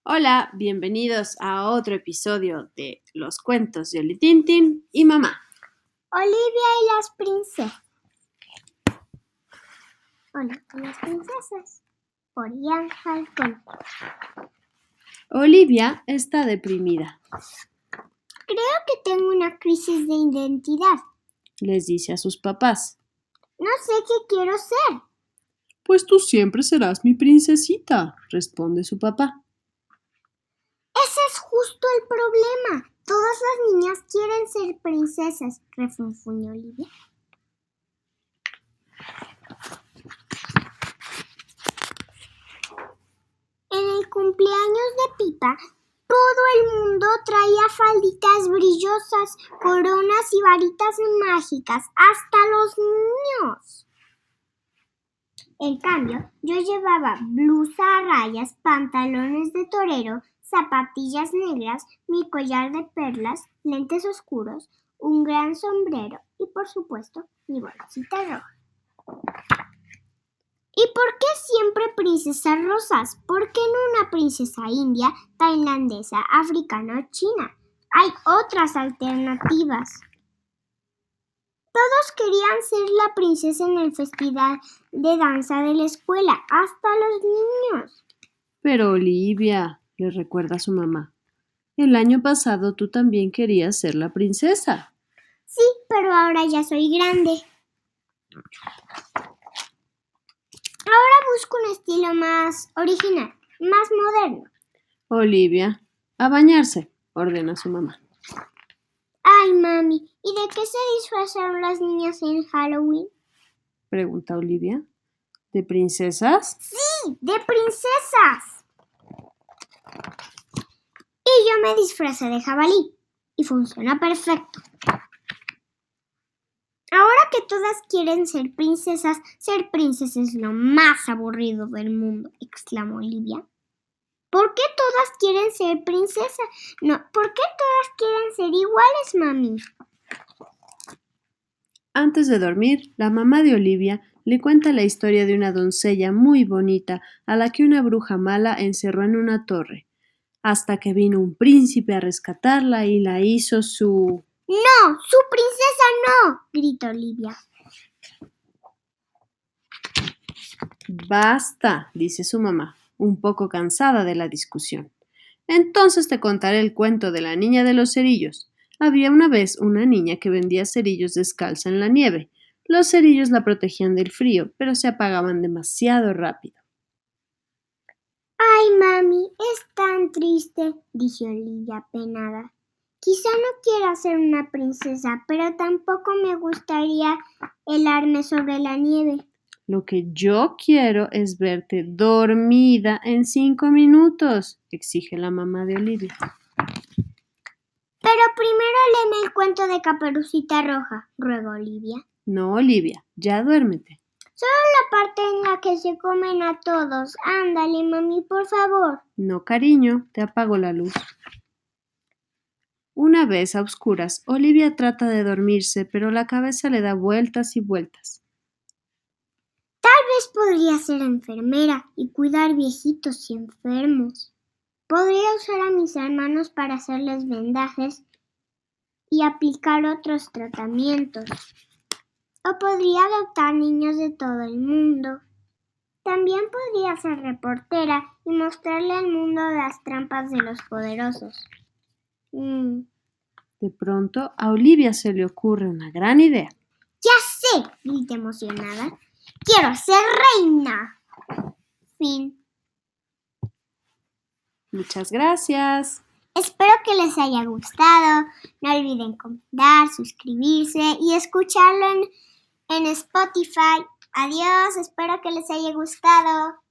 Hola, bienvenidos a otro episodio de Los cuentos de Oli Tintín y Mamá. Olivia y las princesas. Hola, las princesas. Por Ian Falcón. Olivia está deprimida. Creo que tengo una crisis de identidad. Les dice a sus papás. No sé qué quiero ser. Pues tú siempre serás mi princesita, responde su papá. Ese es justo el problema. Todas las niñas quieren ser princesas, refunfuñó Olivia. En el cumpleaños de Pipa, todo el mundo traía falditas brillosas, coronas y varitas mágicas, hasta los niños. En cambio, yo llevaba blusa a rayas, pantalones de torero, zapatillas negras, mi collar de perlas, lentes oscuros, un gran sombrero y, por supuesto, mi bolsita roja. ¿Y por qué siempre princesas rosas? ¿Por qué no una princesa india, tailandesa, africana o china? Hay otras alternativas. Todos querían ser la princesa en el festival de danza de la escuela, hasta los niños. Pero Olivia, le recuerda a su mamá, el año pasado tú también querías ser la princesa. Sí, pero ahora ya soy grande. Ahora busco un estilo más original, más moderno. Olivia, a bañarse, ordena su mamá. Ay, mami, ¿y de qué se disfrazaron las niñas en Halloween? Pregunta Olivia. ¿De princesas? Sí, de princesas. Y yo me disfracé de jabalí. Y funciona perfecto. Ahora que todas quieren ser princesa es lo más aburrido del mundo, exclamó Olivia. ¿Por qué todas quieren ser princesa? No, ¿por qué todas quieren ser iguales, mami? Antes de dormir, la mamá de Olivia le cuenta la historia de una doncella muy bonita a la que una bruja mala encerró en una torre, hasta que vino un príncipe a rescatarla y la hizo su... ¡No! ¡Su princesa no! Gritó Olivia. Basta, dice su mamá, un poco cansada de la discusión. Entonces te contaré el cuento de la niña de los cerillos. Había una vez una niña que vendía cerillos descalza en la nieve. Los cerillos la protegían del frío, pero se apagaban demasiado rápido. Ay, mami, es tan triste, dijo Olivia apenada. Quizá no quiera ser una princesa, pero tampoco me gustaría helarme sobre la nieve. Lo que yo quiero es verte dormida en 5 minutos, exige la mamá de Olivia. Pero primero léeme el cuento de Caperucita Roja, ruega Olivia. No, Olivia, ya duérmete. Solo la parte en la que se comen a todos. Ándale, mami, por favor. No, cariño, te apago la luz. Una vez a oscuras, Olivia trata de dormirse, pero la cabeza le da vueltas y vueltas. Tal vez podría ser enfermera y cuidar viejitos y enfermos. Podría usar a mis hermanos para hacerles vendajes y aplicar otros tratamientos. O podría adoptar niños de todo el mundo. También podría ser reportera y mostrarle al mundo las trampas de los poderosos. De pronto, a Olivia se le ocurre una gran idea. ¡Ya sé! Grita emocionada. ¡Quiero ser reina! Fin. Muchas gracias. Espero que les haya gustado. No olviden comentar, suscribirse y escucharlo en Spotify. Adiós, espero que les haya gustado.